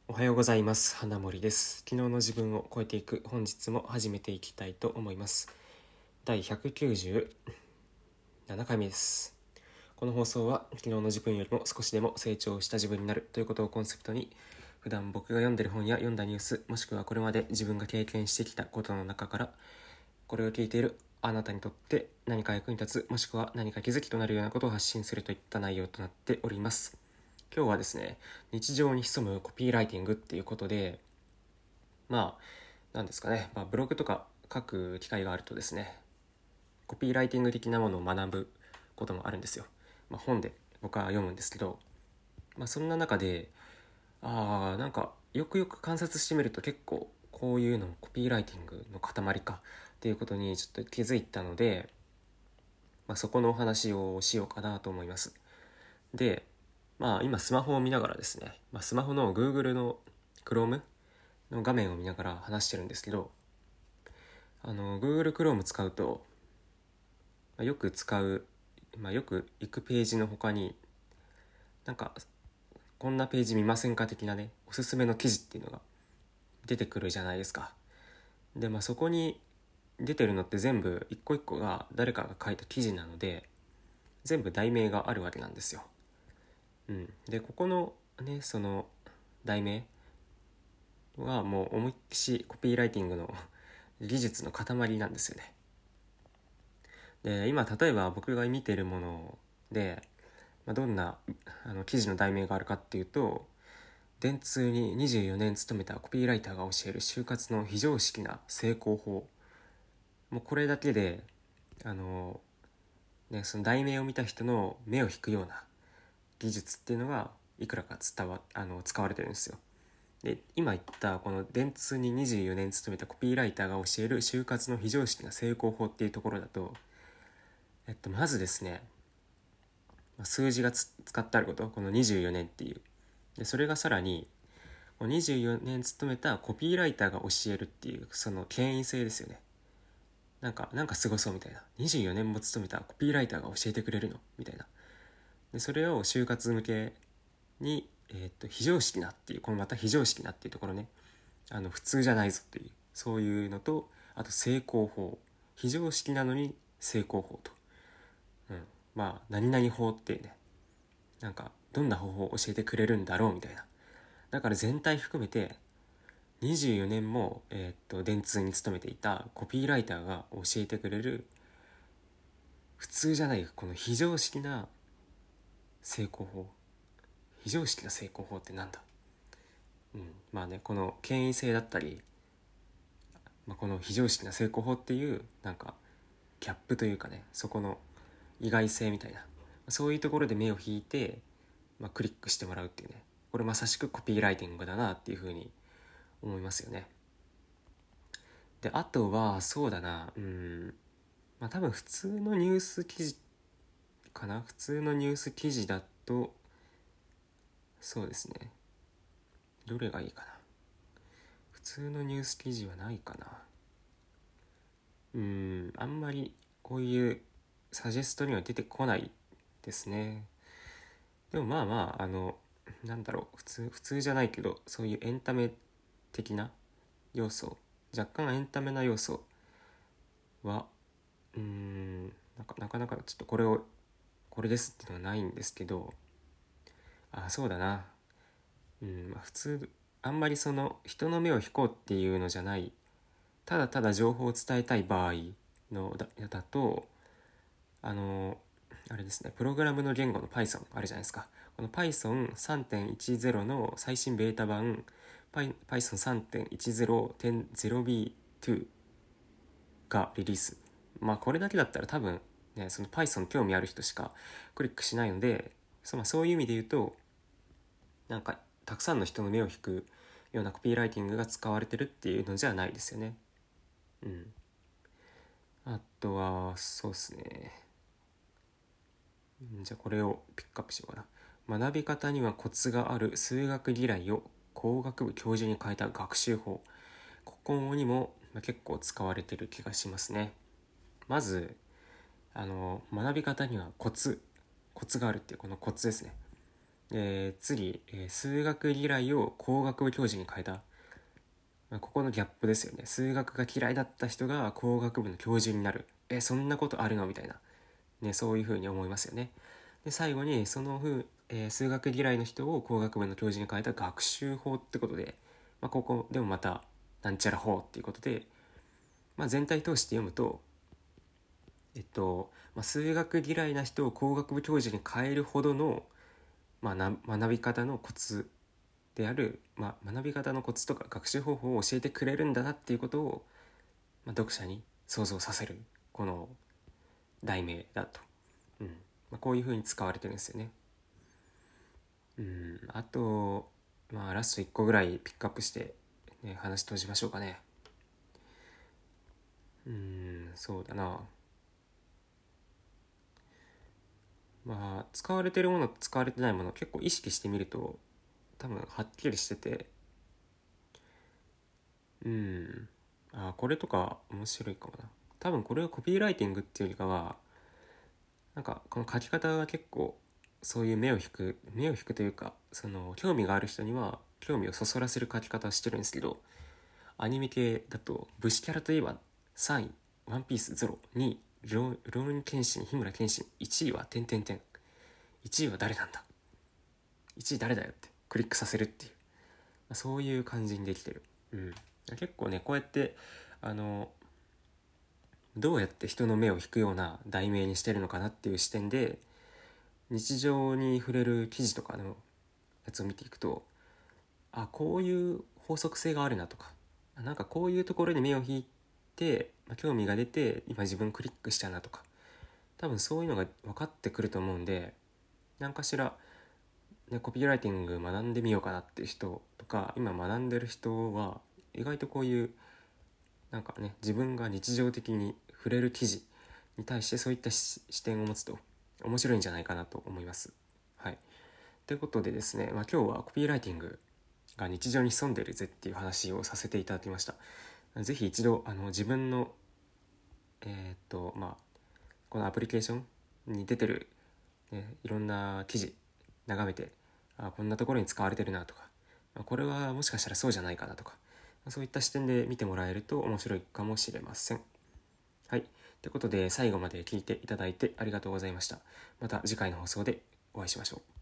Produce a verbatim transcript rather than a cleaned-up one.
おはようございます。花森です。昨日の自分を超えていく本日も始めていきたいと思います。だいひゃくきゅうじゅうななかいめです。この放送は昨日の自分よりも少しでも成長した自分になるということをコンセプトに、普段僕が読んでる本や読んだニュース、もしくはこれまで自分が経験してきたことの中から、これを聞いているあなたにとって何か役に立つ、もしくは何か気づきとなるようなことを発信するといった内容となっております。今日はですね、日常に潜むコピーライティングっていうことで、まあ、なんですかね、まあ、ブログとか書く機会があるとですね、コピーライティング的なものを学ぶこともあるんですよ。まあ、本で僕は読むんですけど、まあ、そんな中で、ああ、なんかよくよく観察してみると結構こういうのもコピーライティングの塊かっていうことにちょっと気づいたので、まあ、そこのお話をしようかなと思います。で、まあ今スマホを見ながらですね、まあ、スマホの Google の Chrome の画面を見ながら話してるんですけど、あの Google Chrome 使うと、まあ、よく使う、まあ、よく行くページの他に、なんかこんなページ見ませんか的なね、おすすめの記事っていうのが出てくるじゃないですか。で、まあそこに出てるのって全部一個一個が誰かが書いた記事なので、全部題名があるわけなんですよ。うん、でここのね、その題名はもう思いっきしコピーライティングの技術の塊なんですよね。で今例えば僕が見てるもので、まあ、どんなあの記事の題名があるかっていうと、電通ににじゅうよねん勤めたコピーライターが教える就活の非常識な成功法。もうこれだけであの、ね、その題名を見た人の目を引くような技術っていうのがいくらか伝わあの使われてるんですよ。で今言ったこの電通ににじゅうよねん勤めたコピーライターが教える就活の非常識な成功法っていうところだと、えっと、まずですね、数字がつ使ってあること、このにじゅうよねんっていう、でそれがさらににじゅうよねん勤めたコピーライターが教えるっていう、その権威性ですよね。なんかなんかすごそうみたいな、にじゅうよねんも勤めたコピーライターが教えてくれるのみたいな。でそれを就活向けに、えー、っと非常識なっていう、このまた非常識なっていうところね、あの普通じゃないぞっていう、そういうのと、あと成功法、非常識なのに成功法と、うん、まあ何々法ってね、なんかどんな方法を教えてくれるんだろうみたいな。だから全体含めてにじゅうよねんも、えー、っと電通に勤めていたコピーライターが教えてくれる普通じゃないこの非常識な成功法。非常識な成功法ってなんだ。うん、まあね、この権威性だったり、まあ、この非常識な成功法っていうなんかギャップというかね、そこの意外性みたいな、そういうところで目を引いて、まあ、クリックしてもらうっていうね、これまさしくコピーライティングだなっていうふうに思いますよね。であとはそうだな、うん、まあ多分普通のニュース記事かな。普通のニュース記事だと、そうですね、どれがいいかな。普通のニュース記事はないかな。うん、あんまりこういうサジェストには出てこないですね。でもまあまあ、あのなんだろう、普通普通じゃないけど、そういうエンタメ的な要素、若干エンタメな要素は、うーんなんかなかなかちょっとこれをこれですっていうのはないんですけど、あ、そうだな、うん、まあ、普通あんまりその人の目を引こうっていうのじゃない、ただただ情報を伝えたい場合のだだと、あのあれですね、プログラムの言語の Python あるじゃないですか。この パイソンさんてんいちゼロ の最新ベータ版 Python さんてんいちゼロてんゼロビーツー がリリース。まあこれだけだったら多分ね、その Python 興味ある人しかクリックしないので、そまあそういう意味で言うと、なんかたくさんの人の目を引くようなコピーライティングが使われてるっていうのじゃないですよね。うん。あとはそうですね、じゃあこれをピックアップしようかな。学び方にはコツがある数学嫌いを工学部教授に変えた学習法。ここにも結構使われてる気がしますね。まずあの学び方にはコツコツがあるっていう、このコツですね。 えー次、えー数学嫌いを工学部教授に変えた。まあここのギャップですよね。数学が嫌いだった人が工学部の教授になる。えそんなことあるのみたいな、ね、そういうふうに思いますよね。で最後にそのふう、えー数学嫌いの人を工学部の教授に変えた学習法ってことで、まあ、ここでもまたなんちゃら法っていうことで、まあ、全体通して読むと、えっとまあ、数学嫌いな人を工学部教授に変えるほどの、まあ、な学び方のコツである、まあ、学び方のコツとか学習方法を教えてくれるんだなっていうことを、まあ、読者に想像させるこの題名だと、うんまあ、こういうふうに使われてるんですよね。うん、あと、まあ、ラストいっこぐらいピックアップして、ね、話閉じましょうかね。うん、そうだな。まあ、使われてるものと使われてないもの結構意識してみると多分はっきりしてて、うん、あ、これとか面白いかもな。多分これはコピーライティングっていうよりかは、なんかこの書き方が結構そういう目を引く目を引くというか、その興味がある人には興味をそそらせる書き方をしてるんですけど、アニメ系だと武士キャラといえばさんいワンピースゼロ、にいローローニケンシン日村謙信、いちいは点点点、いちいは誰なんだ、いちい誰だよってクリックさせるっていう、まあそういう感じにできてる。うん、結構ねこうやってあのどうやって人の目を引くような題名にしてるのかなっていう視点で日常に触れる記事とかのやつを見ていくと、あこういう法則性があるなとか、なんかこういうところに目を引いて、まあ、興味が出て今自分クリックしたなとか、多分そういうのが分かってくると思うんで、何かしら、ね、コピーライティング学んでみようかなっていう人とか今学んでる人は意外とこういうなんかね自分が日常的に触れる記事に対してそういった視点を持つと面白いんじゃないかなと思います。はい。ということでですね、まあ、今日はコピーライティングが日常に潜んでるぜっていう話をさせていただきました。ぜひ一度あの自分のえーっとまあこのアプリケーションに出てる、ね、いろんな記事眺めて、あこんなところに使われてるなとか、これはもしかしたらそうじゃないかなとか、そういった視点で見てもらえると面白いかもしれません。はい。ということで最後まで聞いていただいてありがとうございました。また次回の放送でお会いしましょう。